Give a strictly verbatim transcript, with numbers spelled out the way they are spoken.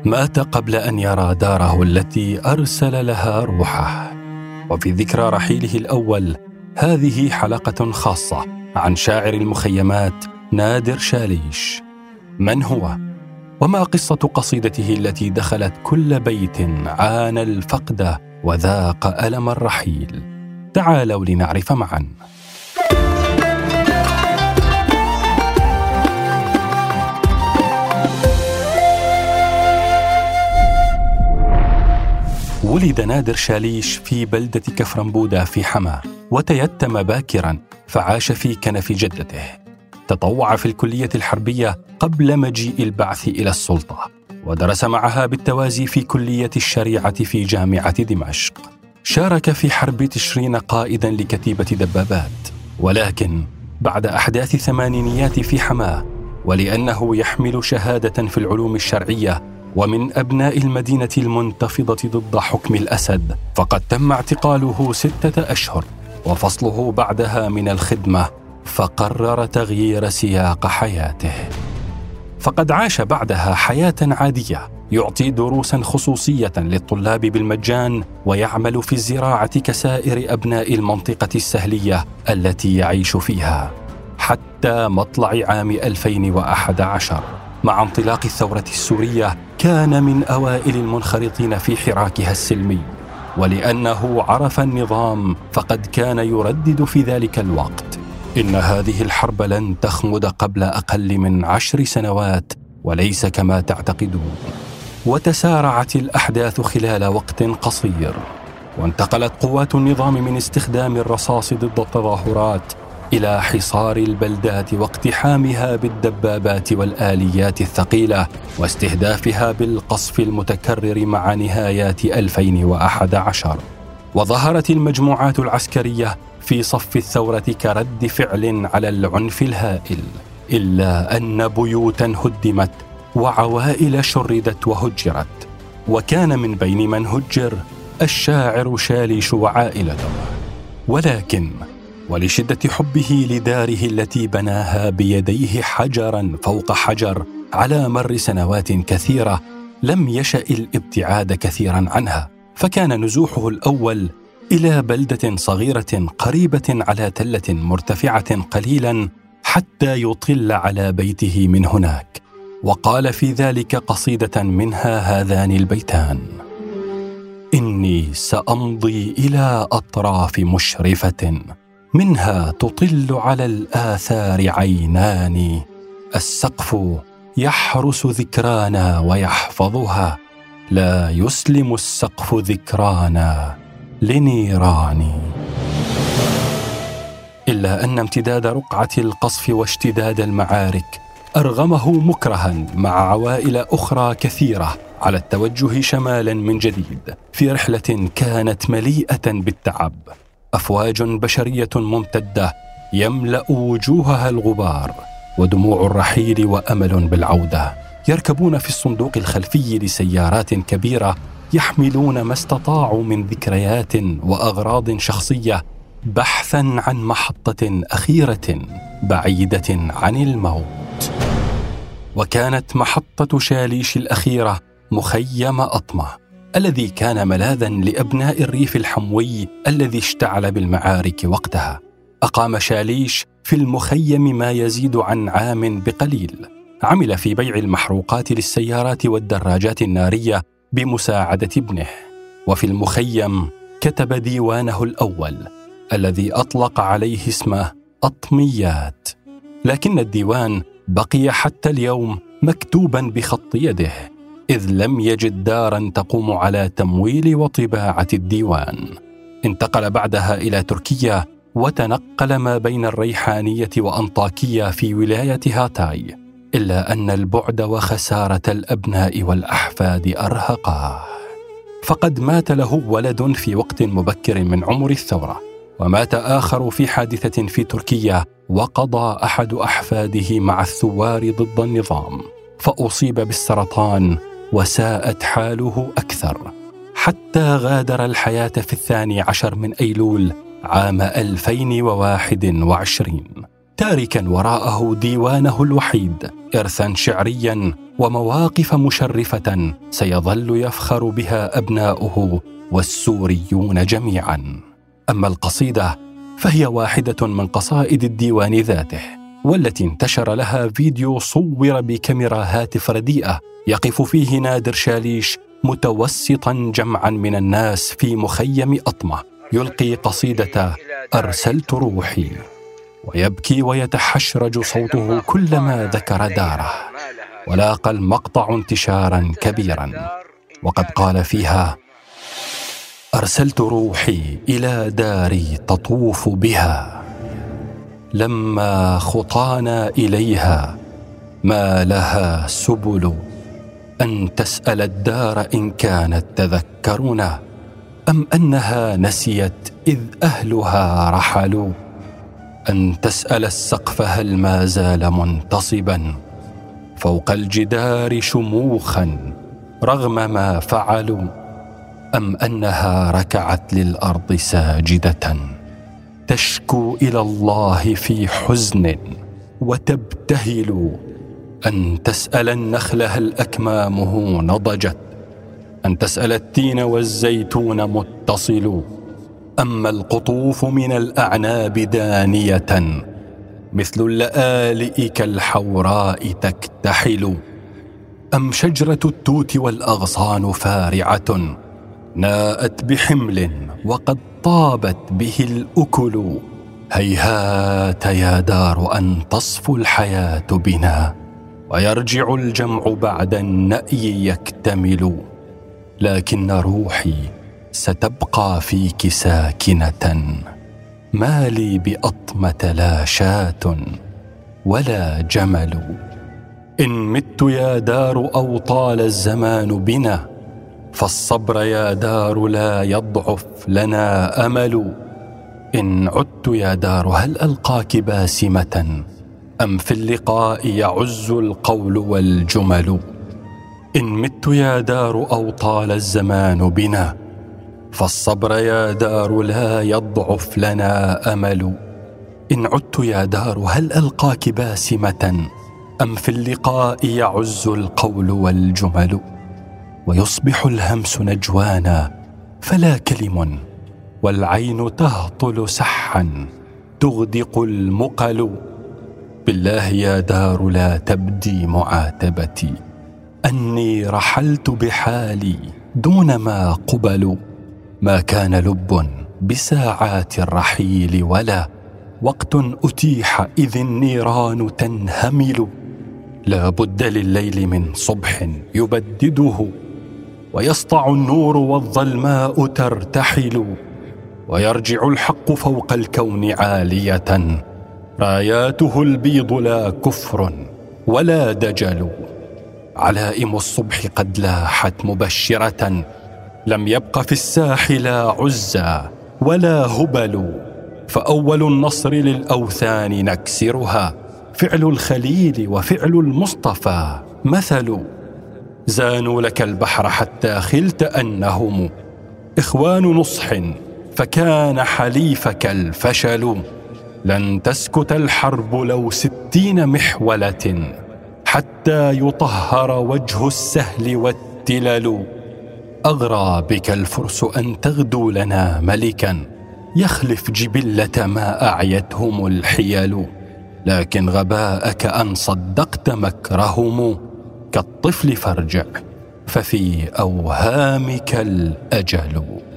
مات قبل أن يرى داره التي أرسل لها روحه. وفي ذكرى رحيله الأول هذه حلقة خاصة عن شاعر المخيمات نادر شاليش. من هو؟ وما قصة قصيدته التي دخلت كل بيت عانى الفقد وذاق ألم الرحيل؟ تعالوا لنعرف معا. ولد نادر شاليش في بلدة كفرنبودة في حماة، وتيتم باكرا فعاش في كنف جدته. تطوع في الكلية الحربية قبل مجيء البعث إلى السلطة، ودرس معها بالتوازي في كلية الشريعة في جامعة دمشق. شارك في حرب تشرين قائدا لكتيبة دبابات، ولكن بعد أحداث الثمانينيات في حماة، ولأنه يحمل شهادة في العلوم الشرعية ومن أبناء المدينة المنتفضة ضد حكم الأسد، فقد تم اعتقاله ستة أشهر وفصله بعدها من الخدمة، فقرر تغيير سياق حياته. فقد عاش بعدها حياة عادية، يعطي دروسا خصوصية للطلاب بالمجان، ويعمل في الزراعة كسائر أبناء المنطقة السهلية التي يعيش فيها، حتى مطلع عام ألفين وأحد عشر. مع انطلاق الثورة السورية كان من أوائل المنخرطين في حراكها السلمي، ولأنه عرف النظام فقد كان يردد في ذلك الوقت: إن هذه الحرب لن تخمد قبل أقل من عشر سنوات، وليس كما تعتقدون. وتسارعت الأحداث خلال وقت قصير، وانتقلت قوات النظام من استخدام الرصاص ضد التظاهرات إلى حصار البلدات واقتحامها بالدبابات والآليات الثقيلة، واستهدافها بالقصف المتكرر مع نهايات ألفين وأحد عشر. وظهرت المجموعات العسكرية في صف الثورة كرد فعل على العنف الهائل، إلا أن بيوتا هدمت وعوائل شردت وهجرت، وكان من بين من هجر الشاعر شاليش وعائلته. ولكن ولشدة حبه لداره التي بناها بيديه حجرا فوق حجر على مر سنوات كثيرة، لم يشأ الابتعاد كثيرا عنها، فكان نزوحه الأول إلى بلدة صغيرة قريبة على تلة مرتفعة قليلا حتى يطل على بيته من هناك. وقال في ذلك قصيدة منها هذان البيتان: إني سأمضي إلى أطراف مشرفة، منها تطل على الآثار عينان، السقف يحرس ذكرانا ويحفظها، لا يسلم السقف ذكرانا لنيران. إلا أن امتداد رقعة القصف واشتداد المعارك أرغمه مكرها مع عوائل أخرى كثيرة على التوجه شمالا من جديد في رحلة كانت مليئة بالتعب. أفواج بشرية ممتدة يملأ وجوهها الغبار ودموع الرحيل وأمل بالعودة، يركبون في الصندوق الخلفي لسيارات كبيرة، يحملون ما استطاعوا من ذكريات وأغراض شخصية بحثا عن محطة أخيرة بعيدة عن الموت. وكانت محطة شاليش الأخيرة مخيم أطمة، الذي كان ملاذا لأبناء الريف الحموي الذي اشتعل بالمعارك وقتها. أقام شاليش في المخيم ما يزيد عن عام بقليل. عمل في بيع المحروقات للسيارات والدراجات النارية بمساعدة ابنه. وفي المخيم كتب ديوانه الأول الذي أطلق عليه اسمه أطميات، لكن الديوان بقي حتى اليوم مكتوبا بخط يده، إذ لم يجد دارا تقوم على تمويل وطباعة الديوان. انتقل بعدها إلى تركيا، وتنقل ما بين الريحانية وأنطاكية في ولاية هاتاي، إلا أن البعد وخسارة الأبناء والأحفاد أرهقاه. فقد مات له ولد في وقت مبكر من عمر الثورة، ومات آخر في حادثة في تركيا، وقضى أحد أحفاده مع الثوار ضد النظام، فأصيب بالسرطان وساءت حاله أكثر، حتى غادر الحياة في الثاني عشر من أيلول عام ألفين وواحد وعشرين، تاركا وراءه ديوانه الوحيد، إرثا شعريا ومواقف مشرفة سيظل يفخر بها أبناؤه والسوريون جميعا. أما القصيدة فهي واحدة من قصائد الديوان ذاته، والتي انتشر لها فيديو صور بكاميرا هاتف رديئة يقف فيه نادر شاليش متوسطا جمعا من الناس في مخيم أطمة يلقي قصيدة أرسلت روحي، ويبكي ويتحشرج صوته كلما ذكر داره. ولاقى المقطع انتشارا كبيرا، وقد قال فيها: أرسلت روحي إلى داري تطوف بها، لما خطانا إليها ما لها سبل، أن تسأل الدار إن كانت تذكرنا، أم أنها نسيت إذ أهلها رحلوا، أن تسأل السقف هل ما زال منتصبا فوق الجدار شموخا رغم ما فعلوا، أم أنها ركعت للأرض ساجدة تشكو إلى الله في حزن وتبتهل، أن تسأل النخل هل أكمامه نضجت، أن تسأل التين والزيتون متصل، أما القطوف من الأعناب دانية مثل اللآلئ كالحوراء تكتحل، أم شجرة التوت والأغصان فارعة ناءت بحمل وقد طابت به الأكل، هيهات يا دار أن تصفو الحياة بنا ويرجع الجمع بعد النأي يكتمل، لكن روحي ستبقى فيك ساكنة، ما لي بأطمة لا شاة ولا جمل، إن مت يا دار أو طال الزمان بنا فالصبر يا دار لا يضعف لنا أمل، إن عدت يا دار هل ألقاك باسمة، أم في اللقاء يعز القول والجمل، إن مت يا دار أو طال الزمان بنا فالصبر يا دار لا يضعف لنا أمل، إن عدت يا دار هل ألقاك باسمة، أم في اللقاء يعز القول والجمل، ويصبح الهمس نجوانا فلا كلم، والعين تهطل سحا تغدق المقل، بالله يا دار لا تبدي معاتبتي، أني رحلت بحالي دون ما قبل، ما كان لب بساعات الرحيل ولا وقت أتيح إذ النيران تنهمل، لا بد لليل من صبح يبدده ويسطع النور والظلماء ترتحل، ويرجع الحق فوق الكون عالية راياته البيض لا كفر ولا دجل، علائم الصبح قد لاحت مبشرة لم يبق في الساح لا عزى ولا هبل، فأول النصر للأوثان نكسرها فعل الخليل وفعل المصطفى مثل، زانوا لك البحر حتى خلت أنهم إخوان نصح فكان حليفك الفشل، لن تسكت الحرب لو ستين محولة حتى يطهر وجه السهل والتلل، أغرى بك الفرس أن تغدو لنا ملكا يخلف جبلة ما أعيتهم الحيل، لكن غباءك أن صدقت مكرهم كالطفل فارجع ففي أوهامك الأجل.